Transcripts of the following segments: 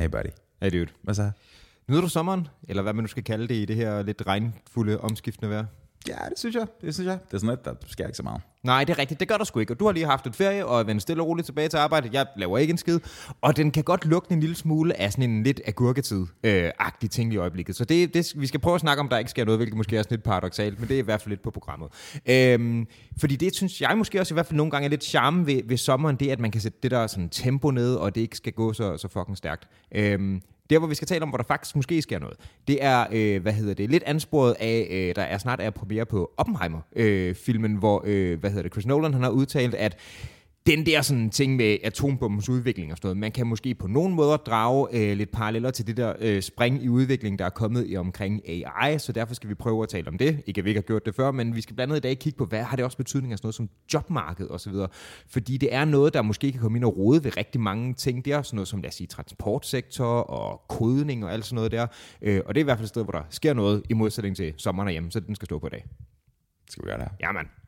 Hey buddy. Hey dude. Hvad så? Nyder du sommeren? Eller hvad man nu skal kalde det i det her lidt regnfulde, omskiftende vejr? Ja, det synes jeg. Det er sådan lidt, der sker ikke så meget. Nej, det er rigtigt. Det gør der sgu ikke. Og du har lige haft et ferie og er vendt stille og roligt tilbage til arbejde. Jeg laver ikke en skid. Og den kan godt lugte en lille smule af sådan en lidt agurketid-agtig ting i øjeblikket. Så vi skal prøve at snakke om, der ikke sker noget, hvilket måske er sådan lidt paradoksalt, men det er i hvert fald lidt på programmet. Fordi det synes jeg måske også i hvert fald nogle gange er lidt charme ved sommeren, det er, at man kan sætte det der sådan tempo ned, og det ikke skal gå så fucking stærkt. Der, hvor vi skal tale om, hvor der faktisk måske sker noget, det er, lidt ansporet af, der er snart premiere på Oppenheimer-filmen, hvor, Chris Nolan, han har udtalt, at den der sådan ting med atombombens udvikling og sådan noget, man kan måske på nogle måder drage lidt paralleller til det der spring i udviklingen, der er kommet i omkring AI, så derfor skal vi prøve at tale om det. Ikke at vi ikke har gjort det før, men vi skal blandt andet i dag kigge på, hvad har det også betydning af sådan noget som jobmarked og så videre. Fordi det er noget, der måske kan komme ind og rode ved rigtig mange ting. Det er sådan noget som, lad os sige, transportsektor og kodning og alt sådan noget der. Og det er i hvert fald et sted, hvor der sker noget i modsætning til sommeren hjemme, så den skal stå på i dag. Skal vi gøre det her? Ja, mand.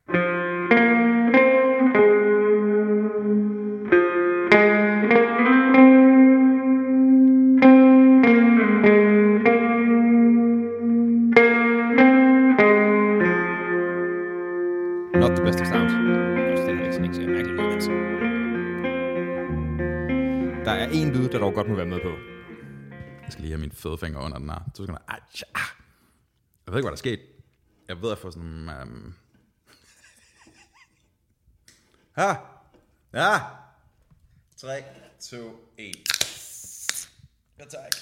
Not the best of sound. Der er en lyd, der dog godt må være med på. Jeg skal lige have min fede finger under den her. 2 sekunder. Jeg ved ikke, hvad der er sket. Jeg ved at få sådan... Ja! 3, 2, 1. Jeg tager ikke.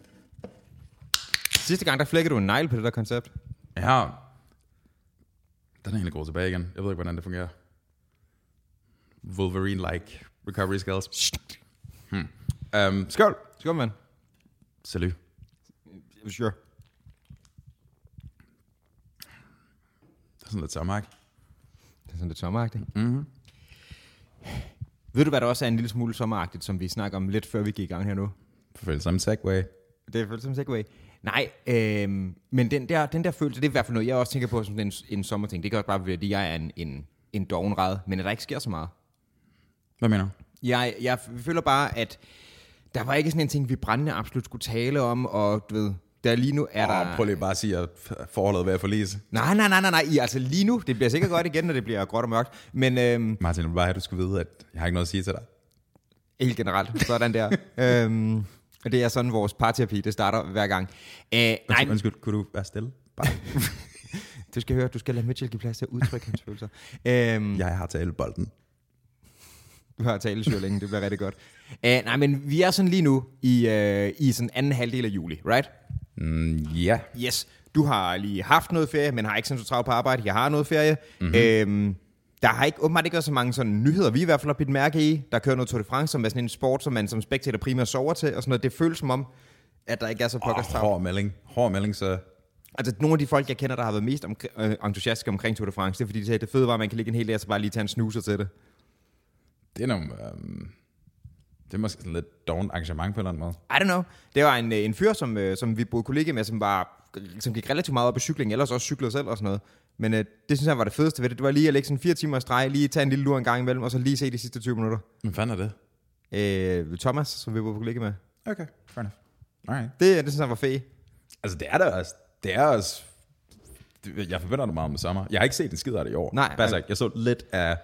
Sidste gang, der flækkede du en negl på det der koncept. Ja. Den er egentlig god tilbage igen. Jeg ved ikke, hvordan det fungerer. Wolverine-like recovery skills. Skål! Skål, mand. Salut. Sure. Det er sådan lidt sommeragtigt. Det er sådan lidt sommeragtigt. Mhm. Ved du, hvad der også er en lille smule sommeragtigt, som vi snakker om lidt før vi gik i gang her nu? Føles som segway. Det er følt som segway. Nej, men den der følelse, det er i hvert fald noget, jeg også tænker på som en sommerting. Det kan også bare være, at jeg er en dovenrad, men at der ikke sker så meget. Hvad mener du? Jeg føler bare, at der var ikke sådan en ting, vi brændende absolut skulle tale om, og du ved, der lige nu er der... Prøv lige bare at sige, at forholdet er ved at forlise. Nej. Altså lige nu, det bliver sikkert godt igen, når det bliver gråt og mørkt. Men Martin, jeg vil bare have, at du skal vide, at jeg har ikke noget at sige til dig. helt generelt, sådan der. Og det er sådan, vores parterapi, det starter hver gang. Nej. Undskyld, kunne du være stille? Bare. Du skal høre, du skal lade Mitchell give plads til at udtrykke hans følelser. Jeg har taget bolden. Du har talesyre længe, det bliver rigtig godt. Nej, men vi er sådan lige nu i sådan anden halvdel af juli, right? Ja. Yes. Du har lige haft noget ferie, men har ikke sådan så travlt på arbejde. Jeg har noget ferie. Mm-hmm. Der har åbenbart ikke været så mange sådan nyheder, vi i hvert fald har bidt mærke i. Der kører noget Tour de France, som er sådan en sport, som man som spectator primært sover til, og sådan noget. Det føles som om, at der ikke er så pokkers travlt. Hård melding, så... Altså, nogle af de folk, jeg kender, der har været mest entusiastiske omkring Tour de France, det er fordi, de sagde, det fede var, at man kan ligge en hel dag, så bare lige tage en snuser til det. Det er nogle... det er måske sådan lidt dovent arrangement på en eller anden måde. I don't know. Det var en fyr, som vi boede kollega med, som gik relativt meget op i cykling, ellers også cyklede selv og sådan noget. Men det synes jeg var det fedeste ved det. Det var lige at lægge sådan 4 timer streg, lige tage en lille lur en gang imellem, og så lige se de sidste 20 minutter. Hvad fanden er det? Thomas, som vi boede kollega med. Okay, fair enough. Alright. Det synes jeg var fedt. Altså, det er da også... Det er også... Jeg forbinder det meget med sommer. Jeg har ikke set en skid af det i år. Nej. Bare sagt, jeg så lidt af...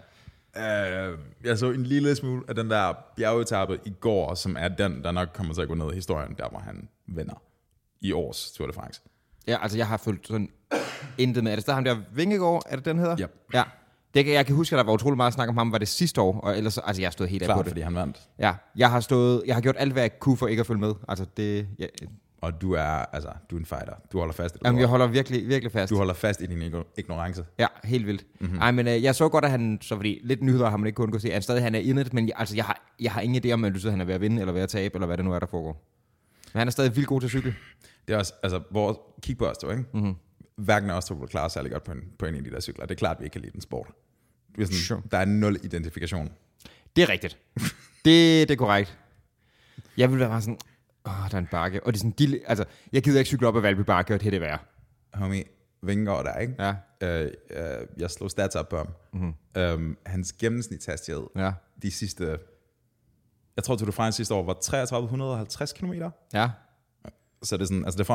jeg så en lille smule af den der bjergetappe i går, som er den, der nok kommer til at gå ned i historien, der hvor han vinder i års Tour de France. Ja, altså jeg har følt sådan intet med. Er det stadig ham der Vingegaard, er det den hedder? Yep. Ja. Jeg kan huske, at der var utrolig meget snak om ham, var det sidste år, og ellers, altså jeg har stået helt af på det. Fordi han vandt. Ja, jeg har gjort alt, hvad jeg kunne for ikke at følge med. Altså det... Ja. Og du er en fighter. Du holder fast. Jamen, jeg holder virkelig, virkelig fast. Du holder fast i din ignorance. Ja, helt vildt. Mm-hmm. Men jeg så godt, at han, så fordi lidt nyheder har man ikke kun kunne se, at stadig han er inde, men jeg har ingen idé om, at han er ved at vinde, eller ved at tabe, eller hvad det nu er, der foregår. Men han er stadig vildt god til at cykle. Det er også, altså, kig på os to, ikke? Mm-hmm. Hverken af os to vil klare særlig godt på en af de der cykler. Det er klart, at vi ikke kan lide den sport. Det er sådan, sure. Der er 0 identifikation. Det er rigtigt. det er korrekt. Jeg vil være bare sådan... der er en bakke. Og det er sådan, altså, jeg gider ikke cykle op ad Valby Bakke, og det er det værd. Homie, Vingegaard der, ikke? Ja. Jeg slog stats op på ham. Mm-hmm. Hans gennemsnitshastighed, de sidste, jeg tror, Tour de France sidste år var 3350 kilometer. Ja. Så det er sådan, altså det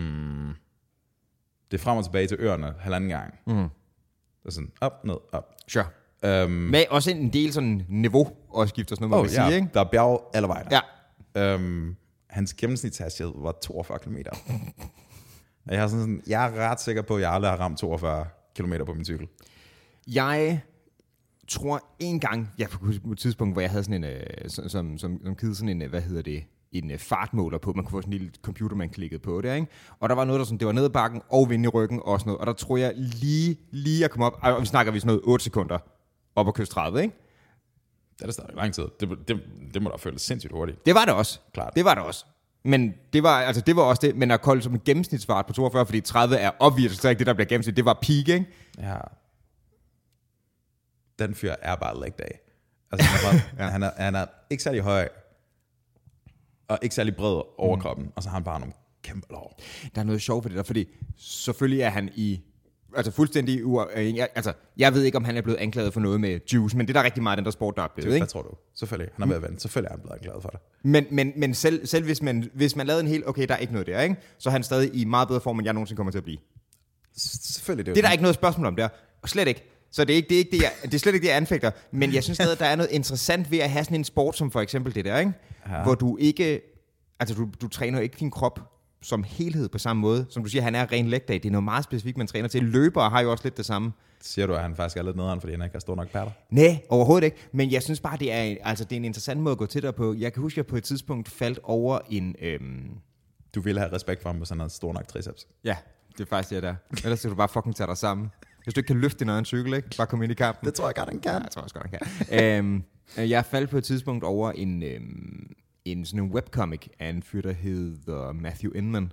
er frem og tilbage til øerne halvanden gang. Det er sådan op, ned, op. Sure. Med også en del sådan niveau og skifter sådan noget, må man sige, ikke? Der er bjerg alle vejen. Ja. Hans gennemsnitshastighed var 42 kilometer. Jeg er ret sikker på, at jeg aldrig har ramt 42 kilometer på min cykel. Jeg tror en gang, jeg på et tidspunkt, hvor jeg havde sådan en, som kid, sådan en, en fartmåler på, man kunne få sådan en lille computer, man klikkede på det, ikke? Og der var noget, der sådan, det var ned ad bakken og vind i ryggen og sådan noget, og der tror jeg lige at komme op, og vi snakker sådan noget 8 sekunder op at kyst 30, ikke? Det er da stadig lang tid. Det må da føles sindssygt hurtigt. Det var det også. Klart. Det var det også. Men det var også det, men at kolde som en gennemsnitsfart på 42, fordi 30 er obvious, så ikke det, der bliver gennemsnit, det var peak, ikke? Ja. Den fyr er bare leg day. Altså, han er ikke særlig høj, og ikke særlig bred over kroppen, og så har han bare nogle kæmpe lår. Der er noget sjovt for det der, fordi selvfølgelig er han fuldstændig jeg ved ikke, om han er blevet anklaget for noget med juice, men det er der rigtig meget den der sport, der er blevet, ikke? Hvad tror du? Selvfølgelig. Han er ved at vende. Selvfølgelig er han blevet anklaget for det. Men selv hvis man lavede en helt, okay, der er ikke noget der, ikke? Så er han stadig i meget bedre form, end jeg nogensinde kommer til at blive. Selvfølgelig. Det er der ikke noget spørgsmål om der. Og slet ikke. Så det er slet ikke det, jeg anfægter. Men jeg synes stadig, at der er noget interessant ved at have sådan en sport, som for eksempel det der, ikke? Ja. Hvor du ikke, altså du træner ikke din krop som helhed på samme måde. Som du siger, han er ren leg day. Det er noget meget specifikt, man træner til. Løbere har jo også lidt det samme. Siger du, at han faktisk er lidt nederen, fordi han ikke har stor nok patter? Nej, overhovedet ikke. Men jeg synes bare, det er en interessant måde at gå til der på. Jeg kan huske, at jeg på et tidspunkt faldt over en... Du ville have respekt for ham, hvis han havde stor nok triceps. Ja, det er faktisk det der. Ellers skal du bare fucking tage dig sammen. Hvis du ikke kan løfte din egen cykel, ikke? Bare komme ind i kampen. Det tror jeg godt, han kan. Ja, jeg tror også godt, han kan. Jeg faldt på et tidspunkt over en sådan en webcomic af en fyr, der hedder Matthew Inman.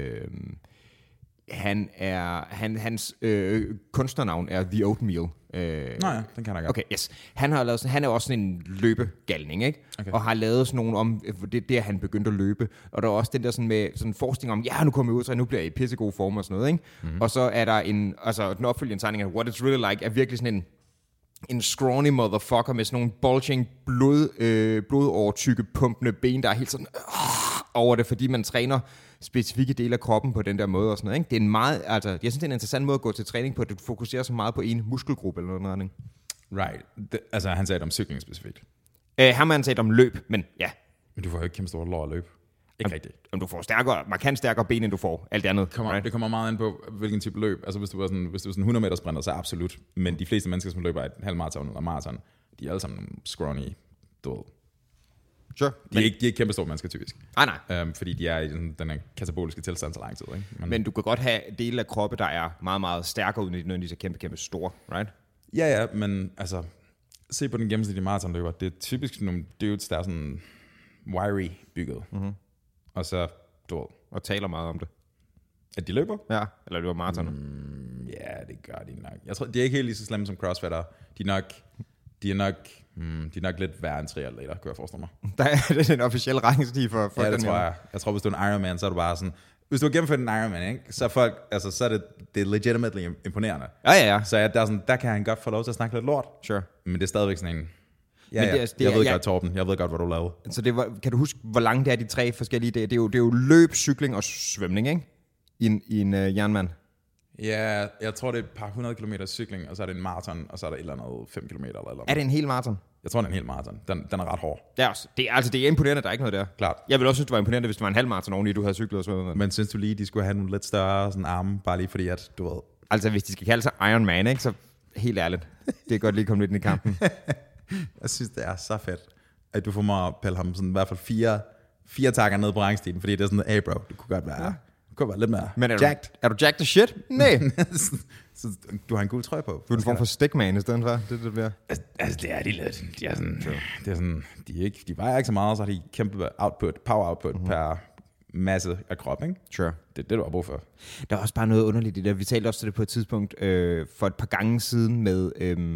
Hans kunstnernavn er The Oatmeal. Nej, den kan jeg godt. Okay, yes. Han er også sådan en løbegalning, ikke? Okay. Og har lavet sådan nogle om det han begyndte at løbe. Og der er også den der sådan med sådan forskning om, ja, nu kommer jeg ud, så nu bliver jeg i pissegod form og sådan noget, ikke? Mm-hmm. Og så er der den opfølgende tegning af What It's Really Like, er virkelig sådan en scrawny motherfucker med sådan nogle bulging blodovertykke pumpende ben, der er helt sådan over det, fordi man træner specifikke dele af kroppen på den der måde og sådan noget, ikke? Det er en meget, jeg synes, det er en interessant måde at gå til træning på, at du fokuserer så meget på en muskelgruppe eller noget andet. Right. Han sagde det om cykling specifikt. Han sagde det om løb, men ja. Men du får jo ikke kæmpe stort lår at løbe. Ikke rigtigt. Om du får markant stærkere ben, end du får alt det andet. Det kommer meget ind på, hvilken type løb. Altså hvis du var sådan 100 meter sprinter, så absolut. Men de fleste mennesker, som løber et halvmaraton eller maraton, de er alle sammen scrawny, død. Sure. De er ikke kæmpe store mennesker typisk. Nej. Fordi de er i den her kataboliske tilstand så lang tid. Ikke? Men du kan godt have dele af kroppe, der er meget, meget stærkere, uden at de nødvendigvis er kæmpe store, right? Ja, men altså, se på den gennemsnitlige maratonløber. Det er typisk nogle dudes, der er sådan wiry bygget. Mm-hmm. Og så, og taler meget om det. At de løber? Ja, eller løber maraton. Ja, det gør de nok. Jeg tror, de er ikke helt lige så slemme som crossfitter. De er nok lidt værre end triatleter, kan jeg forestille mig. Det er en officiel rangstige for ja, det tror jeg. Jeg tror, hvis du er en Ironman, så er du bare sådan... Hvis du har gennemført en Ironman, ikke? Så er folk... Altså, så er det legitimately imponerende. Ja. Så der kan han godt få lov til at snakke lidt lort. Sure. Men det er stadigvæk sådan en... Jeg ved godt, Torben. Jeg ved godt, hvad du lavede. Så kan du huske, hvor lange det er, de 3 forskellige dage? Det er jo løb, cykling og svømning, ikke? I en jernmand. Ja, jeg tror, det er et par 100 kilometer cykling, og så er det en maraton, og så er der et eller andet 5 kilometer eller noget. Er det en hel maraton? Jeg tror, det er en hel maraton. Den er ret hård. Det er imponerende, der er ikke noget der. Klart. Jeg ville også synes, det var imponerende, hvis det var en halv maraton oveni, du havde cyklet og svømmet. Men synes du lige, de skulle have nogle lidt større sådan arme, bare lige fordi, at du ved... Altså, hvis de skal kalde sig Iron Man, ikke, så helt ærligt. Det er godt lige komme lidt ind i kampen. Jeg synes, det er så fedt, at du får mig at pille ham sådan i hvert fald 4 takker ned på rangstigen, fordi det er sådan, hey bro, du kunne godt være... Ja. Du kunne være lidt mere jacked. Er du jacked as shit? Nej. Så du har en gul trøje på. Du er en form for stickman i stedet for. Det bliver. Altså, det er de lidt. De er sådan, de vejer ikke så meget, så har de kæmpe power output per masse af krop, ikke? Sure. Det er det, du har brug for. Der er også bare noget underligt i det. Vi talte også til det på et tidspunkt for et par gange siden med...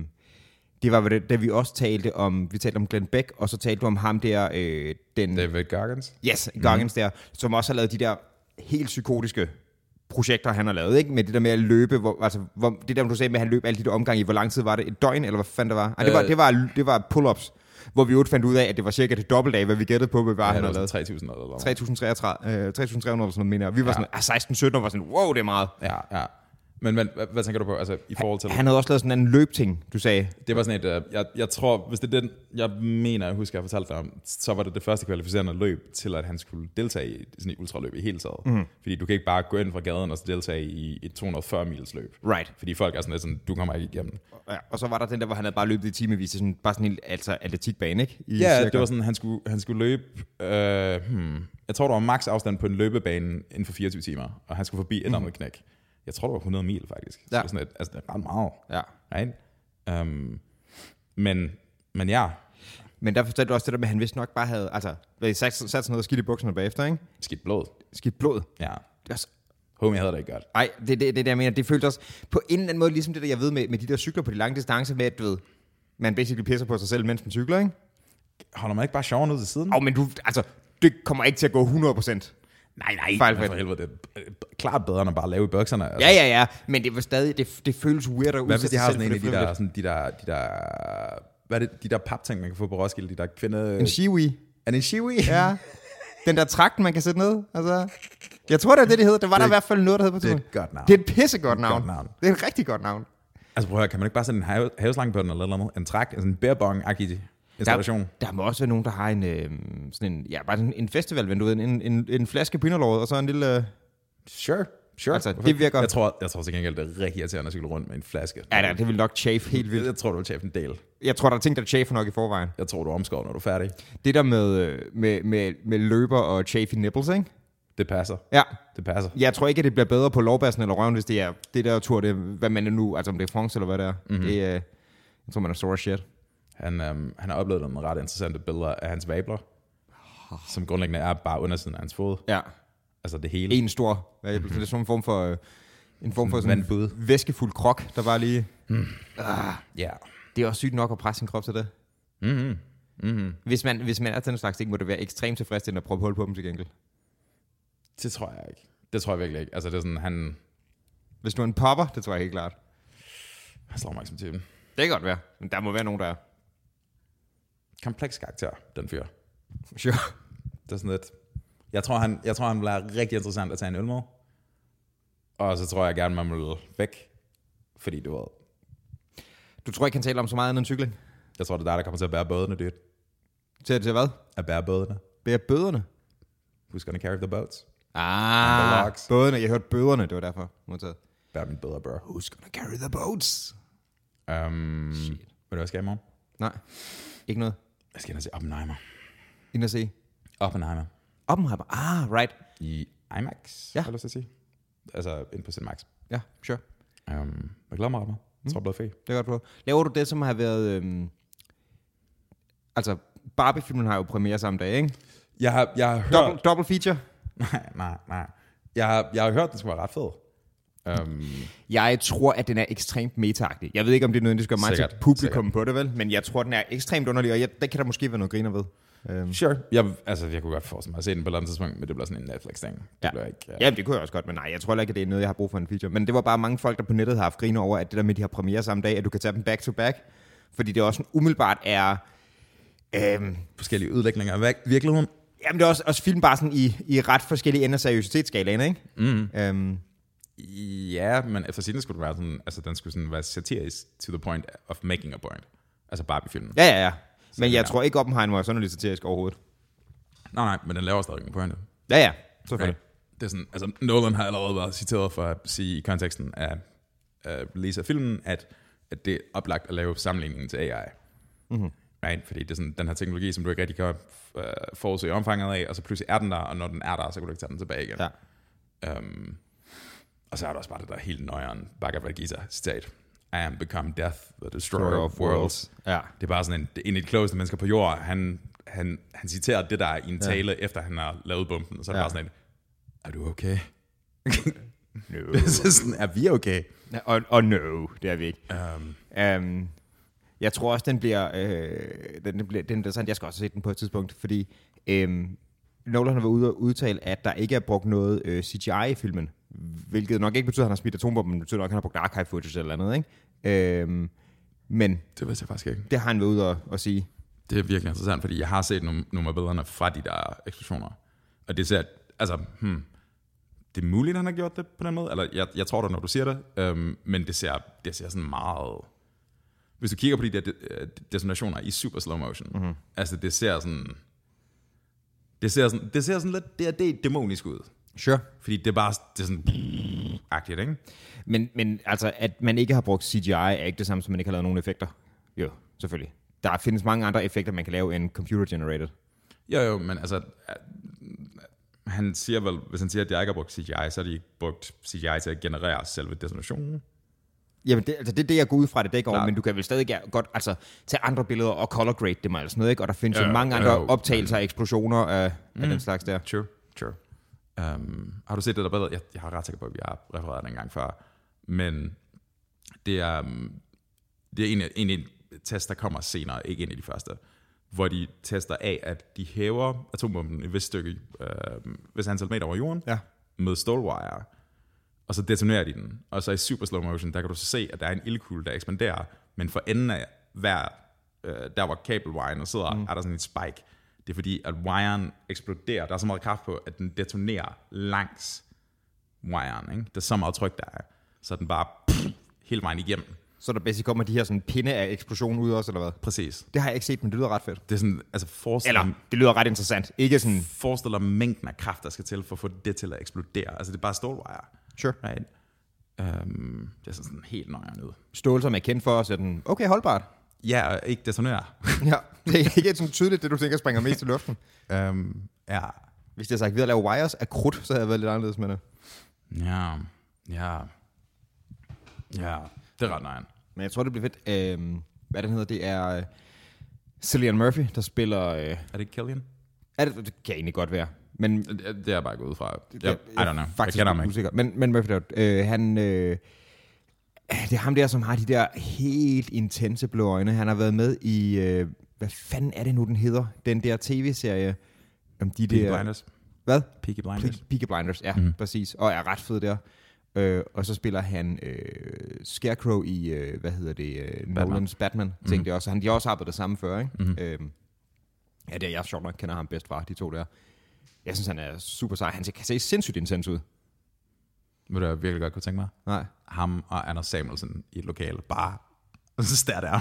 det var da vi også talte om Glenn Beck, og så talte du om ham der... David Goggins? Yes, Goggins der, som også har lavet de der helt psykotiske projekter, han har lavet, ikke? Med det der med at løbe, det der, du sagde med, at han løb alle de der omgange i, hvor lang tid var det? Et døgn, eller hvad fanden det var? Det var pull-ups. hvor vi jo fandt ud af, at det var cirka det dobbelte af, hvad vi gættede på, hvad han havde lavet. 3.000 eller 3.300 eller sådan noget, mener jeg. Vi var sådan, 16-17 var sådan, wow, det er meget. Ja. Men hvad tænker du på, altså i forhold til... Han havde også lavet sådan en løbting, du sagde. Det var sådan et, jeg tror, hvis det er den, jeg mener, jeg husker, jeg fortalte dig om, så var det første kvalificerende løb til, at han skulle deltage i sådan et ultraløb i hele taget. Mm. Fordi du kan ikke bare gå ind fra gaden og deltage i et 240 mils løb. Right. Fordi folk er sådan, du kommer ikke igennem. Ja, og så var der den der, hvor han havde bare løbet i timevis, sådan, bare sådan en atletikbane, ikke? Det var sådan, han skulle løbe, jeg tror, der var maks afstand på en løbebane inden for 24 timer, og han skulle forbi et andet knæk. Jeg tror, det var 100 mil, faktisk. Så det er sådan det er ret meget. Ja. Right? Men ja. Men der fortalte du også det der med, at han vist nok bare havde, sat sådan noget skidt i bukserne bagefter, ikke? Skidt blod. Skidt blod? Ja. Det er så... Homie havde det ikke godt. Nej, det jeg mener, det føltes også på en eller anden måde, ligesom det der, jeg ved med de der cykler på de lange distancer, med at, du ved, man basically pisser på sig selv, mens man cykler, ikke? Holder man ikke bare sjovere ud til siden? Men det kommer ikke til at gå 100%. Nej, for helvede, det er klart bedre, end at bare lave i bukserne. Altså. Ja, men det var stadig, det føles weird at hvad hvis de har sådan en af de der, hvad er det, de der papting, man kan få på Roskilde, de der kvinde... En shiwi. Er det en shiwi? Ja. Den der trakt, man kan sætte ned. Altså, jeg tror, det er det hedder. Det var der i hvert fald noget, der hed på det er et godt navn. Det er et pissegodt navn. Det er et rigtig godt navn. Altså prøv at høre, kan man ikke bare sætte en haveslange på den eller noget? En trakt, altså en bærbong-agtig installation. Der må også være nogen, der har en festival, men du ved, en flaske på inderlåret, og så en lille... Sure. Altså, det virker... Jeg tror til gengæld, det er rigtig irriterende at cykle rundt med en flaske. Ja, det vil nok chafe helt vildt. Jeg tror, du vil chafe en del. Jeg tror, der er ting, der chafer nok i forvejen. Jeg tror, du er omskåret, når du er færdig. Det der med løber og chafe nipples, ikke? Det passer. Ja. Det passer. Jeg tror ikke, at det bliver bedre på lårbassen eller røven, hvis det er det der tur, det, hvad man er nu, altså om det er France eller hvad det er. Mm-hmm. Jeg tror, man er sore shit. Han har oplevet nogle ret interessante billeder af hans vabler, som grundlæggende er bare undersiden af hans fod. Ja. Altså det hele. En stor vabel. Så det er sådan en form for sådan en væskefuld krok, der bare lige... Ja. Det er også sygt nok at presse sin krop til det. Mm-hmm. Mm-hmm. Hvis man er til en slags ting, må det være ekstremt tilfredsstillende at prøve at holde på dem til gengæld. Det tror jeg ikke. Det tror jeg virkelig ikke. Altså det er sådan, han... Hvis du er en popper, det tror jeg helt klart. Han slår mig ikke som typen. Det kan godt være, men der må være nogen, der er... Kompleks karakter, den fyr. Sure. Det er sådan lidt... Jeg tror, han bliver rigtig interessant at tage en øl med. Og så tror jeg gerne, man vil væk. Fordi du ved... Du tror ikke, han taler om så meget andet end cykling? Jeg tror, det er dig, der kommer til at bære bøderne, dyrt. Til hvad? At bære bøderne. Bære bøderne? Who's gonna carry the boats? Bøderne. Jeg hørte bøderne, det var derfor. Modtaget. Bær mine bøder, bro. Who's gonna carry the boats? Ved du, hvad skal jeg i morgen? Nej, ikke noget. Jeg skal ind og se Oppenheimer. Ind og se? Oppenheimer. Right. I IMAX, ja. har jeg lyst til at sige. Altså ind på Cinemax. Ja, sure. Jeg glæder mig ret meget. Jeg tror, det bliver fedt. Det er godt på. Laver du det, som har været... Altså, Barbie-filmen har jo premiere samme dag, ikke? Jeg har hørt... Double feature? Nej. Jeg har hørt, at den skulle være ret fed. Jeg tror, at den er ekstremt meta-agtig. Jeg ved ikke, om det er noget, der skal mig til publikum på det, vel? Men jeg tror, den er ekstremt underlig, og der kan der måske være noget griner ved. Sure. Jeg kunne godt forestille mig at se den på et eller andet tidspunkt, men det bliver sådan en Netflix-ting. Jamen, det kunne jeg også godt, men nej, jeg tror ikke, at det er noget, jeg har brug for en feature. Men det var bare mange folk, der på nettet har haft griner over, at det der med, at de har premiere samme dag, at du kan tage dem back-to-back. Fordi det også umiddelbart er... forskellige udlægninger af virkeligheden. Jamen, det er også film bare sådan i ret forskellige ender af seriøsitetsskalaen, ikke? Mm. Ja, men efter siden skulle det være sådan, altså den skulle sådan være satirisk to the point of making a point. Altså Barbie-filmen. Ja. Men jeg tror ikke, Oppenheimer er sådan lidt satirisk overhovedet. Nej, men den laver stadig en pointe. Ja, selvfølgelig. Right. Det er sådan, altså Nolan har allerede været citeret for at sige i konteksten af release af filmen, at det er oplagt at lave sammenligningen til AI. Mm-hmm. Right? Fordi det er sådan den her teknologi, som du ikke rigtig kan forudse omfanget af, og så pludselig er den der, og når den er der, så kan du ikke tage den tilbage igen. Ja. Og så er der også bare det der helt nøjeren Bhagavad Gita citat. I am become death, the destroyer of worlds. Ja. Det er bare sådan en af de klogeste mennesker på jorden. Han citerer det der i en tale, efter han har lavet bomben. Og så er det bare sådan en, er du okay? No. Så sådan, er vi okay? Og no, det er vi ikke. Jeg tror også, den bliver sådan, jeg skal også se den på et tidspunkt, fordi Nolan har været ude og udtale, at der ikke er brugt noget CGI i filmen, hvilket nok ikke betyder, at han har smidt atombomben, men det betyder nok, at han har brugt archive footage eller andet, ikke? Men det ved jeg faktisk ikke. Det har han været ude og sige. Det er virkelig interessant, fordi jeg har set nogle af billederne fra de der eksplosioner. Og det ser, altså, det er muligt, at han har gjort det på den måde. Eller jeg tror det, når du siger det. Men det ser sådan meget... Hvis du kigger på de der detonationer i super slow motion, altså det ser sådan lidt, det er dæmonisk ud. Sure. Fordi det er sådan agtigt, ikke? Men altså, at man ikke har brugt CGI, er ikke det samme, som man ikke har lavet nogen effekter. Jo, selvfølgelig. Der findes mange andre effekter, man kan lave end computer-generated. Jo, men altså... Han siger vel, hvis han siger, at jeg ikke har brugt CGI, så har de ikke brugt CGI til at generere selve detonationen. Jamen, det er det, jeg går ud fra, det dækker over, men du kan vel stadig godt tage andre billeder og color grade dem og sådan noget, ikke? Og der findes jo mange andre optagelser af eksplosioner af den slags der. True. Har du set det der billede? Jeg har ret sikker på, at vi har refereret den en gang før. Men det er en test, der kommer senere, ikke en af de første, hvor de tester af, at de hæver atombomben i vis antal meter over jorden med stålwire, og så detonerer de den. Og så i super slow motion, der kan du så se, at der er en ildkugle, der ekspanderer, men for enden af hver, der hvor kabelwiren sidder, er der sådan en spike. Det er fordi, at wiren eksploderer. Der er så meget kraft på, at den detonerer langs wiren. Ikke? Der er så meget tryk, der er. Så den bare hele vejen igennem. Så der basic kommer de her sådan pinde af eksplosion ud også, eller hvad? Præcis. Det har jeg ikke set, men det lyder ret fedt. Det er sådan, altså det lyder ret interessant. Ikke sådan... Forestiller mængden af kraft, der skal til for at få det til at eksplodere. Altså det er bare stålwire. Sure. Right? Det er sådan helt nøjeren ud. Stål, som er kendt for os, er den okay holdbart. Ja, og ikke detonere. Ja, det er ikke sådan tydeligt, det du tænker springer mest i luften. Ja. Hvis det er sagt, ved at lave wires af krudt, så havde jeg været lidt anderledes med det. Ja, det er ret nøjeren. Men jeg tror, det bliver fedt. Hvad den hedder, det er Cillian Murphy, der spiller... Er det ikke Cillian? Det kan egentlig godt være. Men det er bare gået ud fra. I don't know. Faktisk jeg kender ham usikker. Men Murphy, han... det er ham der, som har de der helt intense blå øjne. Han har været med i... hvad fanden er det nu, den hedder? Den der tv-serie om de Peaky der... Blinders. Hvad? Peaky Blinders. Peaky Blinders, ja, præcis. Og er ret fed der. Og så spiller han Scarecrow i, Nolans Batman, tænkte jeg også. De har også arbejdet det samme før, ikke? Det er jeg sjovt nok kender ham bedst fra, de to der. Jeg synes, han er super sej. Han kan se sindssygt intens ud. Vil du virkelig godt kunne tænke mig? Nej. Ham og Anders Samuelsen i et lokale, bare så stær der.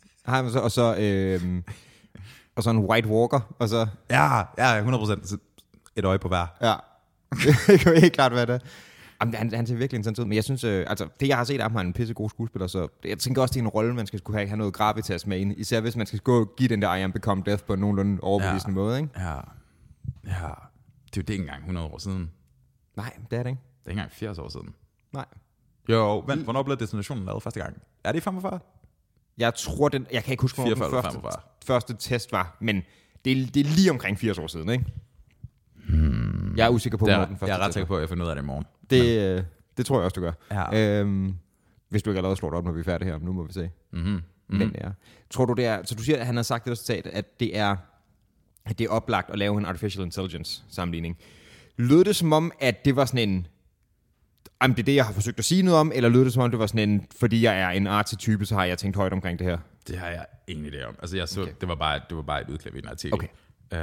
Og så en White Walker, og så... Ja, 100%. Et øje på hver. Ja, det kan jo ikke klart være det. Jamen, han ser virkelig intens ud, men jeg synes, det jeg har set af ham, er en pissegod skuespiller, så jeg tænker også, det er en rolle, man skal skulle have noget gravitas med ind, især hvis man skal gå og give den der I Am Become Death på en nogenlunde overbevisende måde, ikke? Ja. Det er jo ikke engang 100 år siden. Nej, det er det ikke. Det er ikke engang 80 år siden. Nej. Jo, men hvornår blev destinationen lavet første gang? Er det i 45? Jeg tror, jeg kan ikke huske, hvornår den første test var, men det er lige omkring 80 år siden, ikke? Jeg er usikker på, hvornår den første test. Jeg er ret sikker på, at jeg finder ud af det i morgen. Det tror jeg også, du gør. Ja. Hvis du ikke allerede slår det op, når vi er færdige her, nu må vi se. Men ja. Tror du det er, så du siger, at han har sagt det citat, at det er oplagt at lave en artificial intelligence sammenligning. Lød det som om, at det var sådan en, det er det, jeg har forsøgt at sige noget om, eller lød det som om, det var sådan en, fordi jeg er en artsy-type, så har jeg tænkt højt omkring det her? Det har jeg ingen idé om. Altså jeg så, det var bare et udklip i en artikel. Okay.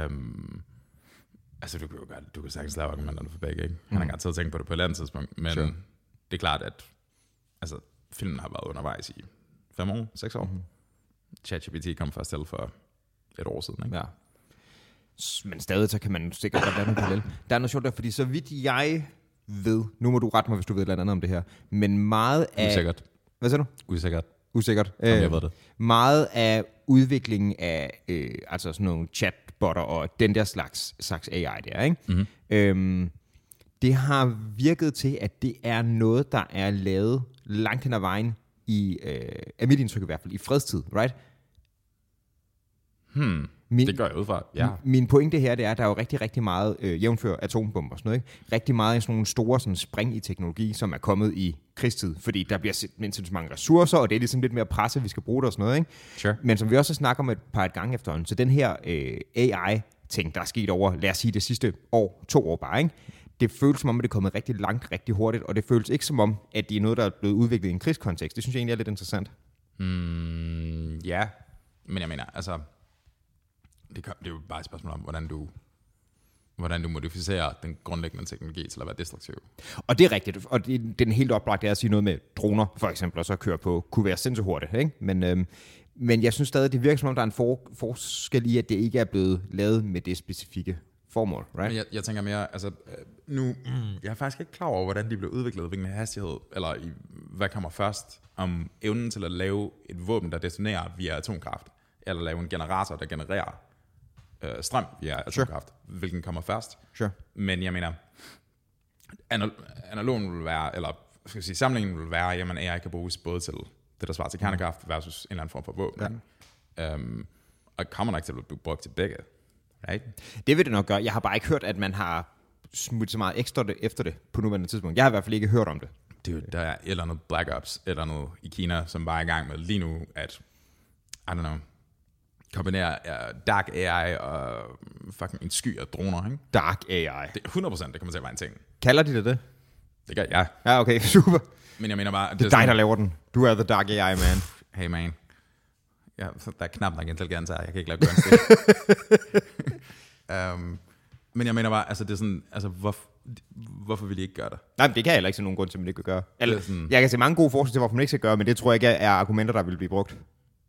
Altså du kan sagtens lave argumenterne for begge, ikke? Han har garanteret tænkt på det på et eller andet tidspunkt, men det er klart, at altså, filmen har været undervejs i 5 år, 6 år. ChatGPT kom først til for et år siden, ikke? Ja. Men stadig, så kan man sikkert godt lave en parallel. Der er noget sjovt der, fordi så vidt jeg ved, nu må du rette mig, hvis du ved et eller andet om det her, men meget af... Usikkert. Hvad siger du? Usikkert. Jeg ved det. Meget af udviklingen af altså sådan nogle chatbotter og den der slags AI der, ikke? Det har virket til, at det er noget, der er lavet langt hen ad vejen i, af mit indtryk i hvert fald, i fredstid, right? Det gør jeg ud fra, ja. Min pointe her, det er, at der er jo rigtig, rigtig meget jævnfør atombomber og sådan noget, ikke? Rigtig meget af sådan nogle store sådan, spring i teknologi, som er kommet i krigstid, fordi der bliver sindssygt mange ressourcer, og det er ligesom lidt mere presse, vi skal bruge det og sådan noget, ikke? Sure. Men som vi også snakker om et par gange efterhånden, så den her AI-ting, der er sket over, lad os sige det sidste 2 år bare, ikke? Det føles som om, at det er kommet rigtig langt, rigtig hurtigt, og det føles ikke som om, at det er noget, der er blevet udviklet i en krigskontekst. Det synes jeg egentlig er lidt interessant. Ja, men jeg mener, altså... det er jo bare et spørgsmål om, hvordan du modificerer den grundlæggende teknologi til at være destruktiv. Og det er rigtigt, og den helt oplagte er at sige noget med droner, for eksempel, og så køre på, kunne være sindssygt hurtigt, ikke? Men jeg synes stadig, det virker som om, der er en forskel i, at det ikke er blevet lavet med det specifikke formål, right? Jeg tænker mere, altså nu, jeg er faktisk ikke klar over, hvordan de blev udviklet, hvilken hastighed, eller hvad kommer først, om evnen til at lave et våben, der detonerer via atomkraft, eller lave en generator, der genererer strøm via atomkraft, hvilken kommer først. Sure. Men jeg mener, analogen vil være, eller skal jeg sige, samlingen vil være, jamen AI kan bruges både til det, der svarer til kernekraft, versus en eller anden form for våben. Ja. Og kommer nok til at blive brugt til begge. Right? Det vil det nok gøre. Jeg har bare ikke hørt, at man har smuttet så meget ekstra efter det på nuværende tidspunkt. Jeg har i hvert fald ikke hørt om det. Dude, der er et eller andet Black Ops, eller noget i Kina, som bare er i gang med lige nu, at, I don't know, kombinere dark AI og fucking en sky af droner, ikke? Dark AI. Det 100% det kommer til at være en ting. Kalder de det? Det gør jeg. Ja, okay, super. Men jeg mener bare... Det er dig, der laver den. Du er the dark AI, man. Hey, man. Ja, der er knap nok intelligens her. Jeg kan ikke lave grønne men jeg mener bare, altså det er sådan, altså hvorfor vil de ikke gøre det? Nej, men det kan jeg heller ikke se nogen grund til, at man ikke vil gøre. Eller, sådan, jeg kan se mange gode forslag til, hvorfor man ikke skal gøre, men det tror jeg ikke er argumenter, der vil blive brugt.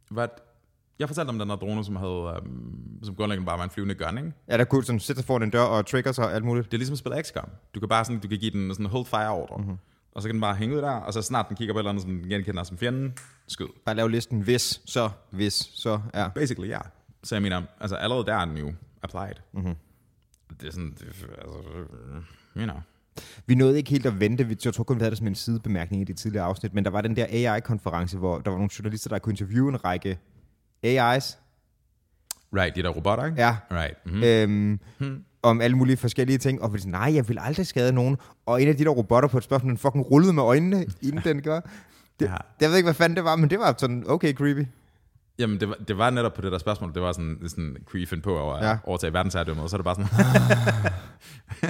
Jeg fortalte om den her drone, som grundlæggende bare var en flyvende gun, ikke? Ja, der kunne sådan sætte foran en dør og triggers og alt muligt. Det er ligesom at spille XCOM. Du kan give den sådan en hold fire ordre, og så kan den bare hænge ud der, og så snart den kigger på et eller andet, som den genkender som fjenden, skyd. Bare lave listen, hvis, så, ja. Basically, ja. Så jeg mener, altså allerede der er den jo applied. Det er sådan, you know. Vi nåede ikke helt at vente. Jeg tror kun, vi havde det som en sidebemærkning i det tidligere afsnit, men der var den der AI-konference, hvor der var nogle journalister, der kunne interviewe en række AI's. Right, de der robotter, ikke? Ja. Right. Om alle mulige forskellige ting, og vi sagde, nej, jeg vil aldrig skade nogen. Og en af de der robotter på et spørgsmål, den fucking rullede med øjnene, inden den gør. Jeg ved ikke, hvad fanden det var, men det var sådan okay creepy. Jamen, det var netop på det der spørgsmål, det var sådan creepy på over overtage verdensherredømmet, og så er det bare sådan...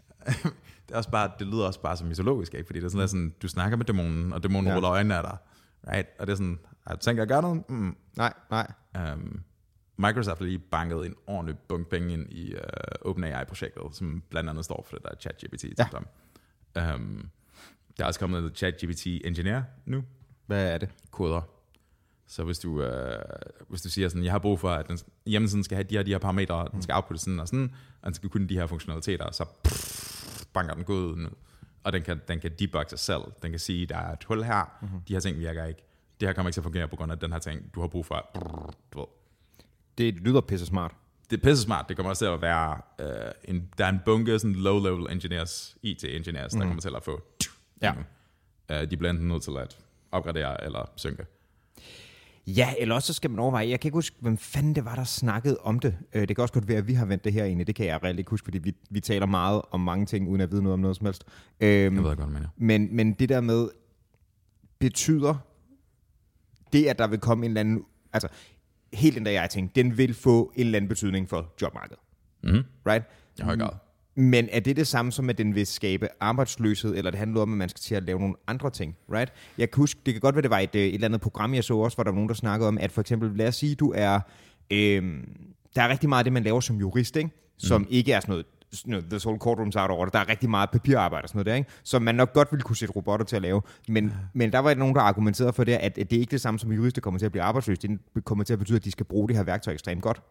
det lyder også bare som mytologisk, ikke? Fordi det er sådan, du snakker med dæmonen, og dæmonen ruller øjnene af dig. Right? Og det er sådan, har du tænkt at gøre noget? Nej. Microsoft har lige banket en ordentlig bunke penge ind i OpenAI-projektet, som blandt andet står for det der ChatGPT. Ja. Der er også kommet et ChatGPT Engineer nu. Hvad er det? Koder. Så hvis du siger sådan, jeg har brug for, at den hjemmesiden skal have de her parametre, den skal outputte sådan og sådan, og den skal kunne de her funktionaliteter, så banker den koden ud. Og den kan debugge sig selv. Den kan sige, der er et hul her, de her ting virker ikke. Det her kommer ikke til at fungere på grund af den her ting, du har brug for. Du ved. Det lyder pisse smart. Det er pisse smart. Det kommer også til at være, der er en bunke sådan low-level engineers, IT-engineers, der kommer til at få. De bliver enten nødt til at opgradere eller synke. Ja, eller også så skal man overveje, jeg kan ikke huske, hvem fanden det var, der snakkede om det. Det kan også godt være, at vi har vendt det her egentlig. Det kan jeg reelt ikke huske, fordi vi taler meget om mange ting, uden at vide noget om noget som helst. Jeg ved godt, men det der med, betyder det, at der vil komme en eller anden, altså helt den der jeg tænkte, den vil få en eller anden betydning for jobmarkedet. Right? I høj grad. Men er det samme som, at den vil skabe arbejdsløshed, eller det handler om, at man skal til at lave nogle andre ting, right? Jeg kan huske, det kan godt være, det var et eller andet program, jeg så også, hvor der var nogen, der snakkede om, at for eksempel, lad os sige, du er, der er rigtig meget af det, man laver som jurist, ikke? Som ikke er sådan noget, the whole courtrooms out over det. Der er rigtig meget papirarbejde og sådan noget der, ikke? Som man nok godt ville kunne sætte robotter til at lave. Men der var nogen, der argumenterede for det, at det er ikke det samme som jurister kommer til at blive arbejdsløse. Det kommer til at betyde, at de skal bruge det her værktøj ekstremt godt.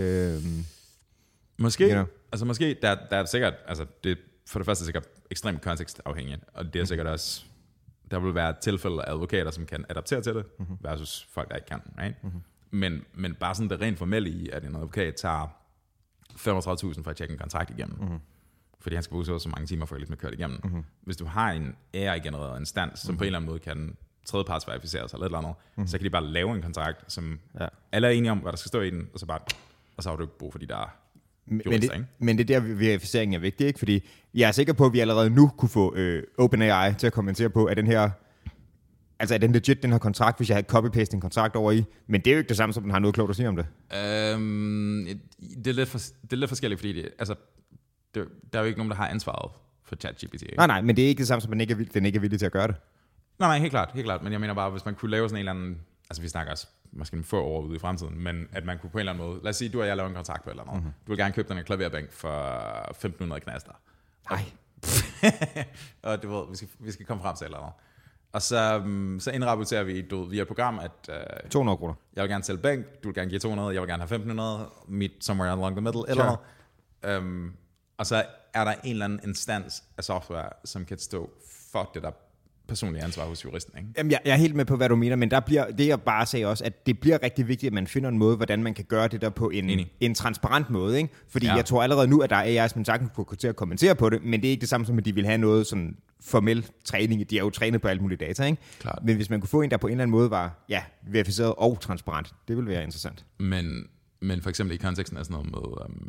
Måske, you know. Altså måske, der er sikkert, altså det for det første sikkert ekstremt kontekstafhængigt, og det er sikkert også, der vil være tilfælde af advokater, som kan adaptere til det, versus folk, der ikke kan, right? Men bare sådan det rent formelle i, at en advokat tager 35.000 for at tjekke en kontrakt igennem, fordi han skal bruge så mange timer for at ligesom køre det igennem. Hvis du har en AI-genereret instans, som på en eller anden måde kan tredjepartsverificeres eller et eller andet, så kan de bare lave en kontrakt, som alle er enige om, hvad der skal stå i den, og så har du ikke brug for de der men det der verificering er vigtig, ikke? Fordi jeg er sikker på, at vi allerede nu kunne få OpenAI til at kommentere på, at den her, altså er den legit, den her kontrakt, hvis jeg havde copy-paste en kontrakt over i, men det er jo ikke det samme, som den har noget klogt at sige om det. Det er lidt forskelligt, fordi der er jo ikke nogen, der har ansvaret for ChatGPT. Nej, men det er ikke det samme, som den ikke er villig til at gøre det. Nej, helt klart, men jeg mener bare, hvis man kunne lave sådan en eller anden, altså vi snakker også måske en få år ude i fremtiden, men at man kunne på en eller anden måde, lad os sige, du og jeg laver en kontrakt på et eller andet. Mm-hmm. Du vil gerne købe den her klaverbænk for 1.500 knaster. Nej. Og du ved, vi skal komme frem til et eller andet. Og så indrapporterer vi via et program, at 200 kroner. Jeg vil gerne sælge bænk, du vil gerne give 200, jeg vil gerne have 1.500, meet somewhere along the middle, eller noget. Og så er der en eller anden instans af software, som kan stå for det der personlige ansvar hos juristen, ikke? Jamen, jeg er helt med på, hvad du mener, men der bliver, det jeg bare sagde også, at det bliver rigtig vigtigt, at man finder en måde, hvordan man kan gøre det der på en transparent måde, ikke? Fordi jeg tror allerede nu, at der er AI's, som sagtens kunne til at kommentere på det, men det er ikke det samme som, at de vil have noget sådan formel træning. De er jo trænet på alt muligt data, ikke? Klart. Men hvis man kunne få en, der på en eller anden måde var verificeret og transparent, det ville være interessant. Men for eksempel i konteksten af sådan noget med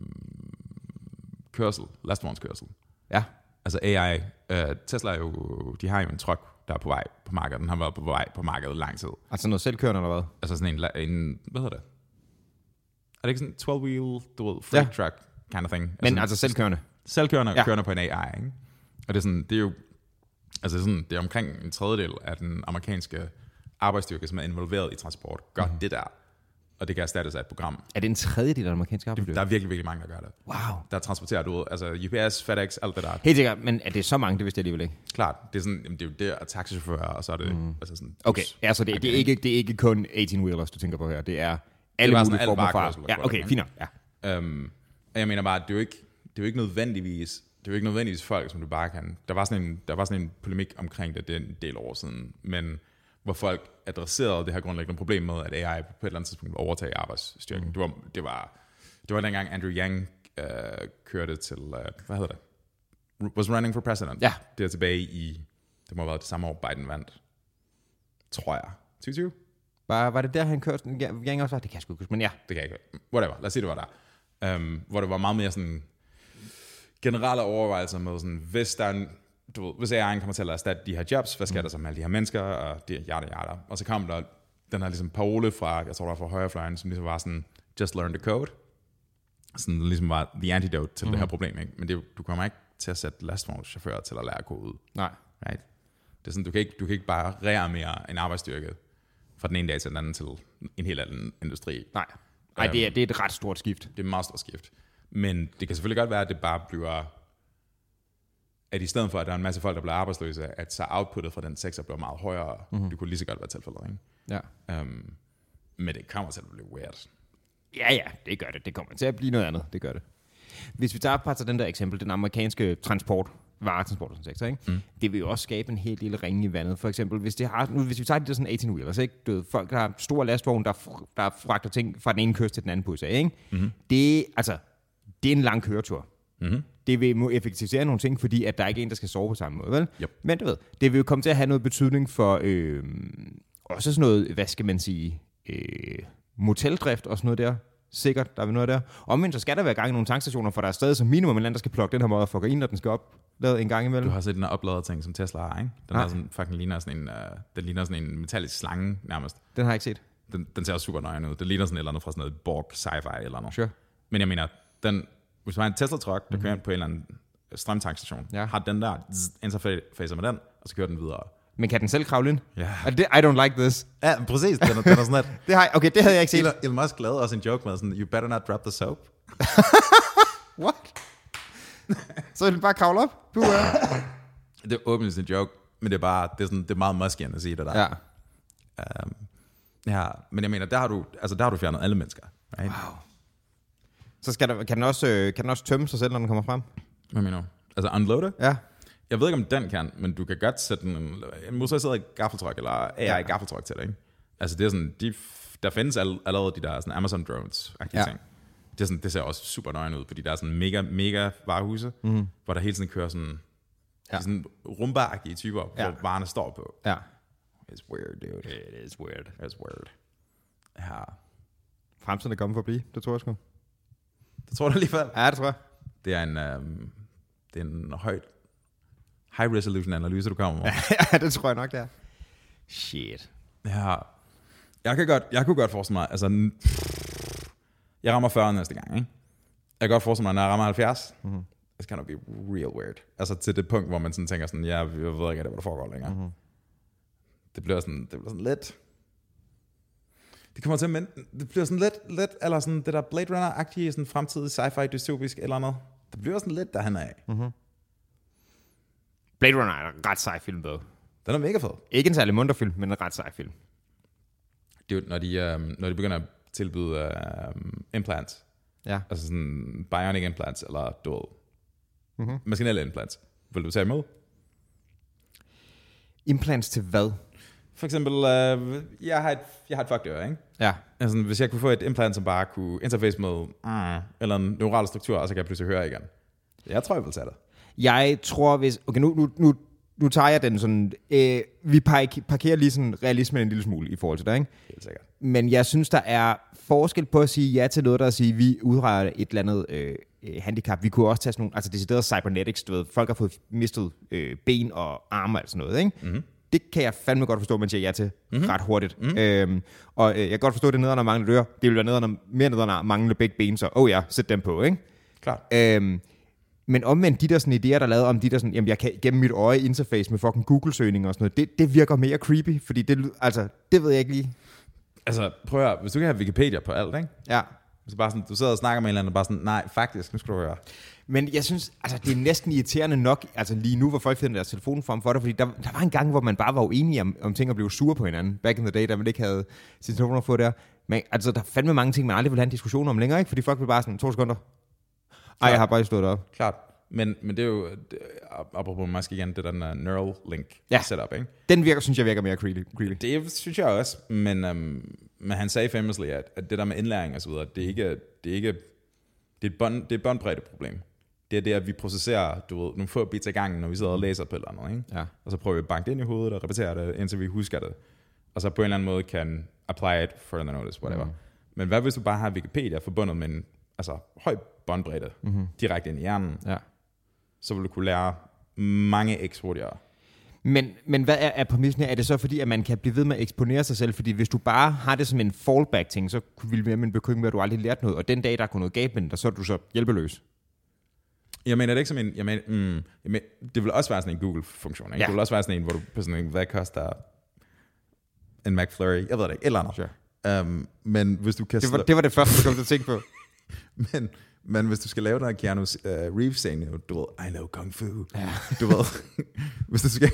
kørsel, lastvognskørsel. Ja. Altså AI, Tesla er jo, de har jo en truck, der er på vej på markedet. Den har været på vej på markedet lang tid. Altså noget selvkørende eller hvad? Altså sådan en hvad hedder det? Er det ikke sådan en 12-wheel, freight truck kind of thing? Men altså selvkørende? Selvkørende, kørende på en AI, ikke? Og det er sådan, det er jo, altså sådan, det er omkring en tredjedel af den amerikanske arbejdsstyrke, som er involveret i transport, gør det der. Og det kan erstattes af et program. Er det en tredjedel af den amerikanske arbejdsstyrke? Der er virkelig, virkelig mange, der gør det. Wow. Der transporterer du ud, altså UPS, FedEx, alt det der. Helt sikkert, men er det så mange, det vidste jeg alligevel ikke. Klart, det er sådan, jamen, det er jo det, og taxichauffører, og så er det altså sådan... Okay, altså det er ikke kun 18-wheelers, du tænker på her, det er alle mulige former for... Ja, okay, fint nok, ja. Jeg mener bare, at det er jo ikke nødvendigvis folk, som du bare kan... Der var sådan en polemik omkring det en del år siden, men hvor folk adresserede det her grundlæggende problem med, at AI på et eller andet tidspunkt vil overtage arbejdsstyrken. Det var dengang Andrew Yang kørte til, hvad hedder det? Was running for president. Ja. Det er tilbage i, det må have været det samme år, Biden vandt. Tror jeg. 2020? Var det der, han kørte? Yang også var? Det kan jeg sgu ikke huske, men ja. Det kan jeg ikke. Whatever, lad os sige, det var der. Hvor det var meget mere sådan generelle overvejelser med sådan, hvis der er en, hvis AI'en kommer til at erstatte de her jobs, hvad sker der så med alle de her mennesker, og det yada. Og så kom der den her ligesom parole fra, jeg tror der var fra højrefløjen, som ligesom var sådan, just learn the code. Sådan ligesom var the antidote til det her problem, ikke? Men du kommer ikke til at sætte lastvognschauffører til at lære kode. Nej. Right? Det er sådan, du kan ikke bare rearmere en arbejdsstyrke fra den ene dag til den anden til en helt anden industri. Nej, det er et ret stort skift. Det er et meget stort skift. Men det kan selvfølgelig godt være, at det bare bliver, at i stedet for, at der er en masse folk, der bliver arbejdsløse, at så outputtet fra den sektor bliver meget højere. Det kunne lige så godt være tilfældet, ikke? Ja. Men det kommer til at blive weird. Ja, det gør det. Det kommer til at blive noget andet. Det gør det. Hvis vi tager bare til den der eksempel, den amerikanske varetransportsektor, ikke? Det vil jo også skabe en helt lille ringe i vandet. For eksempel, hvis vi tager de der sådan 18-wheelers, ikke? Du ved, folk, der har store lastvogne, der fragter ting fra den ene kyst til den anden på USA, ikke? Det er en lang køretur. Det vil effektivisere nogle ting, fordi at der ikke er en, der skal sove på samme måde, vel? Yep. Men du ved, det vil jo komme til at have noget betydning for også sådan noget, hvad skal man sige, moteldrift og sådan noget der. Sikkert, der er noget der. Omvendt så skal der være gang i nogle tankstationer, for der er stadig som minimum en land, der skal plukke den her måde for ind, når den skal oplade en gang imellem. Du har set den her oplader ting, som Tesla har, ikke? Den er sådan, fucking ligner sådan en metallisk slange nærmest. Den har jeg ikke set. Den ser også super nøjende ud. Det ligner sådan et eller andet fra sådan noget Borg sci-fi eller noget. Sure. Men jeg mener, hvis man har en Tesla-truck, der kører ind på en eller anden strømtankstation, har den der interfacer med den, og så kører den videre. Men kan den selv kravle ind? Ja. I don't like this. Ja, præcis. Den er sådan lidt. Det havde jeg ikke set. Elon Musk lavede også en joke med sådan, you better not drop the soap. What? Så vil den bare kravle op? Det er åbenlyst en joke, men det er meget Muskian at sige det der. Ja. Men jeg mener, der har du fjernet alle mennesker. Right? Wow. Så kan den også tømme sig selv, når den kommer frem? Hvad mener du? Altså unloade? Ja. Jeg ved ikke, om den kan, men du kan godt sætte en motoriseret gaffeltruck, eller AI gaffeltruck til det, ikke? Altså det er sådan, der findes allerede de der sådan Amazon drones, ting. Det er sådan, det ser også super nøjende ud, fordi der er sådan mega varehuse, hvor der hele tiden kører sådan, sådan rumbaragtige typer, hvor varerne står på. Ja. It's weird, dude. It is weird. It's weird. Ja. Fremtiden er kommet forbi, det tror jeg sgu. Det tror du alligevel? Ja, det tror jeg. Det er en high resolution analyse, du kommer med. Ja, det tror jeg nok, det er. Shit. Ja. Jeg kunne godt forestille mig, altså, jeg rammer 40 næste gang, ikke? Jeg kan godt forestille mig, når jeg rammer 70, it's gonna be real weird. Altså til det punkt, hvor man sådan tænker sådan, jeg ved ikke, hvad der foregår længere. Det bliver sådan lidt. Det kommer til at det bliver sådan lidt eller sådan det der Blade Runner-agtige, sådan fremtidig sci-fi dystopisk eller noget. Det bliver sådan lidt derhen af. Mm-hmm. Blade Runner er en ret sej film, dog. Den er mega fed. Ikke en særlig munter film, men en ret sej film. Det er jo, når de begynder at tilbyde implants. Ja. Altså sådan bionic implants, eller maskinelle implants. Vil du tage imod? Implants til hvad? For eksempel, jeg har et fucked øre, ikke? Ja. Altså, hvis jeg kunne få et implant, som bare kunne interface med eller en neural struktur, og så kan jeg pludselig høre igen. Jeg tror, jeg vil tage det. Jeg tror, hvis... Okay, nu tager jeg den sådan... vi parkerer lige sådan realismen en lille smule i forhold til det, ikke? Helt sikkert. Men jeg synes, der er forskel på at sige ja til noget, der at sige, vi udretter et eller andet handicap. Vi kunne også tage sådan nogle... Altså decideret cybernetics, du ved. Folk har fået mistet ben og arme og sådan noget, ikke? Mm-hmm. Det kan jeg fandme godt forstå, man siger ja til ret hurtigt. Mm-hmm. Og jeg kan godt forstå, det nederen og manglende øre. Det vil være mere nederen og manglende begge ben, så sæt dem på, ikke? Klart. Men omvendt, de der sådan idéer, der er lavet om de der sådan, jamen jeg kan gennem mit øje interface med fucking Google-søgning og sådan noget, det virker mere creepy, fordi det ved jeg ikke lige. Altså, prøv at høre, hvis du kan have Wikipedia på alt, ikke? Ja. Så bare sådan, du sidder og snakker med en eller anden, og bare sådan, nej, faktisk, nu skal du høre. Men jeg synes, altså det er næsten irriterende nok, altså lige nu, hvor folk finder deres telefon frem for det, fordi der var en gang, hvor man bare var uenige om ting og blev sure på hinanden, back in the day, da man ikke havde sin telefoner på der. Men altså, der er fandme mange ting, man aldrig vil have en diskussion om længere, ikke? Fordi folk vil bare sådan, 2 sekunder. Ej, jeg har bare stået op. Klart. Men det er jo, apropos måske igen, det der Neuralink setup, ikke? Den synes jeg virker mere creepy. Det synes jeg også, men han sagde famously, at det der med indlæring og så videre, det er et båndbreddeproblem. Det er det, at vi processerer, nogle få bits ad gangen, når vi sidder og læser på et eller andet, ikke? Ja. Og så prøver vi at banke det ind i hovedet og repetere det, indtil vi husker det. Og så på en eller anden måde kan apply it further notice, whatever. Men hvad hvis du bare har Wikipedia forbundet med en høj båndbredde direkte ind i hjernen? Ja. Så vil du kunne lære mange x hurtigere. Men hvad er præmissen her? Er det så fordi, at man kan blive ved med at eksponere sig selv? Fordi hvis du bare har det som en fallback-ting, så ville være min bekymring med, at du aldrig lærte noget. Og den dag, der er kun noget galt med dig, så er du så hjælpeløs. Jeg mener det ikke som en... det vil også være sådan en Google-funktion. Ikke? Ja. Det vil også være sådan en, hvor du på sådan en, hvad koster en McFlurry? Jeg ved det ikke. Eller andet. Sure. Men hvis du kan... Det var det første, du kom til at tænke på. Men hvis du skal lave noget Keanu Reeves-scene, du ved, I know kung fu. Ja. Du ved, hvis du skal...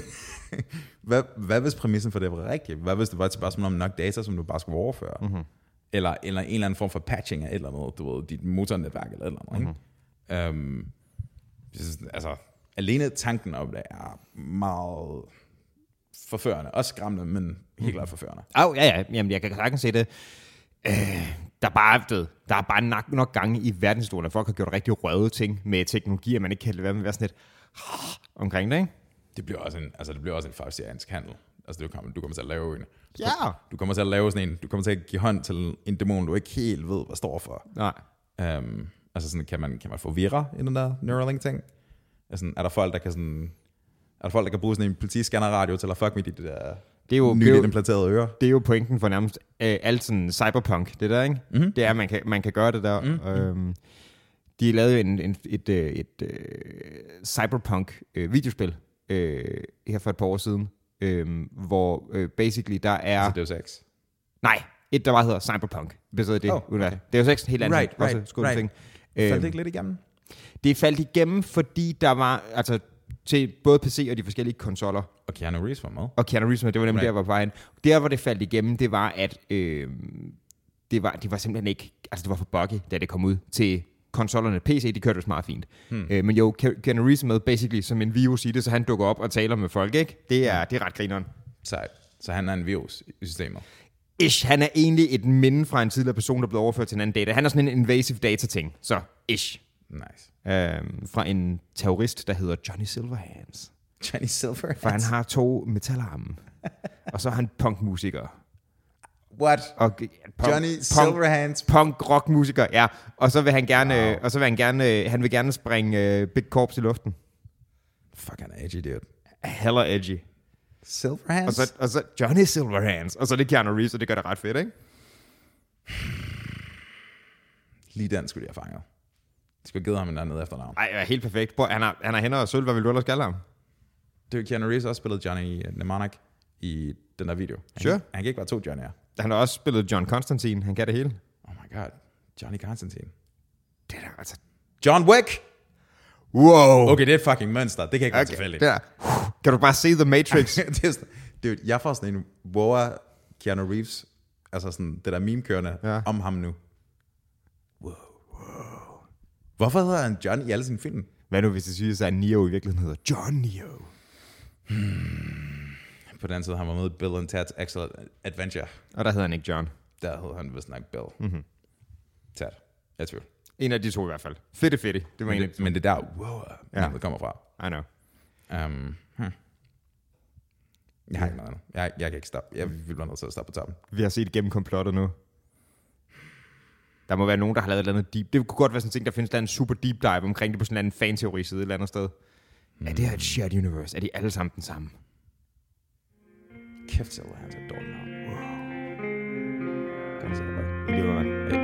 hvad hvis præmissen for det var rigtigt? Hvad hvis det var et spørgsmål om nok data, som du bare skulle overføre? Mm-hmm. Eller en eller anden form for patching af et eller andet, du ved, dit motornetværk eller et eller andet, ikke? Altså, alene tanken om det er meget forførende. Også skræmmende, men helt klart forførende. Ja. Jamen, jeg kan sagtens se det. Der er bare nok gange i verdenshistorien, at folk har gjort rigtig røde ting med teknologier, man ikke kan lade være med at være sådan lidt omkring det, ikke? Det bliver også en farsiansk handel. Altså, du kommer til at lave en... Ja! Du kommer til at lave sådan en... Du kommer til at give hånd til en dæmon, du ikke helt ved, hvad står for. Nej. Altså sådan, kan man få vira i den der Neuralink-ting? Altså, er der folk, der kan bruge sådan en politiscanner-radio til at fuck med det der... Det er jo nyligt implanterede ører. Det er jo pointen for nærmest alt sådan cyberpunk, det der, ikke? Mm-hmm. Det er, at man kan gøre det der. Mm-hmm. De lavede jo et cyberpunk videospil her for et par år siden, hvor basically der er... Altså Deus Ex? Nej, der bare hedder Cyberpunk. Besøg det. Okay. Deus Ex, helt andet. Right. Ting. Faldt det ikke lidt igennem? Det faldt igennem, fordi der var... Altså, til både PC og de forskellige konsoller. Og Keanu Reeves var med. Og Keanu Reeves var, det var nemlig der, var på vejen. Der, hvor det faldt igennem, det var, at det var simpelthen ikke... Altså, det var for buggy, da det kom ud til konsollerne. PC, de kørte jo meget fint. Men jo, Keanu Reeves med basically som en virus i det, så han dukker op og taler med folk, ikke? Det er ret grineren. Så han er en virus i systemet? Han er egentlig et minde fra en tidligere person, der blev overført til en anden data. Han er sådan en invasive data-ting. Så, Nice. Fra en terrorist, der hedder Johnny Silverhands. Johnny Silverhands? For han har 2 metalarme. Og så er han punkmusiker. What? Johnny Silverhands? Punk-rock-musiker, ja. Og så vil han gerne, han vil gerne springe Big Corps i luften. Fuck, han er edgy, dude. Hella edgy. Silverhands? Og så Johnny Silverhands. Og så er det Keanu Reeves, og det gør det ret fedt, ikke? Lige den skulle de have fanget. De skulle have givet ham en anden efternavn. Ej, helt perfekt. Han har hænder og sølv, hvad vil du ellers kalde ham? Det er Keanu Reeves også spillet Johnny Mnemonic i den der video. Han kan ikke være 2 Johnny'er. Han har også spillet John Constantine. Han kan det hele. Oh my god. Johnny Constantine. Det er altså... John Wick! Wow! Okay, det er et fucking monster. Det kan ikke være tilfældigt. Kan du bare se The Matrix? Dude, jeg får sådan en Keanu Reeves, altså sådan det der meme kørende om ham nu. Wow. Hvorfor hedder han John i alle sine film? Hvad nu, hvis det synes, at Neo i virkeligheden hedder John Neo? På den anden side, han var med i Bill and Ted's Excellent Adventure. Og der hedder han ikke John. Der hed han vist nok Bill. Ted. Jeg tvivl. En af de to i hvert fald. Fedt. Det var men det der, det kommer fra. I know. Jeg har ikke noget andet. Jeg kan ikke stoppe. Jeg vil være nødt til at stoppe på toppen. Vi har set igennem komplottet nu. Der må være nogen, der har lavet et eller andet deep. Det kunne godt være sådan en ting, der findes en super deep dive omkring det på sådan en fan-teori-side et eller andet sted. Er det her et shared universe? Er de alle sammen den samme? Kæft, så han er dårlig navn. Kan du se det bare?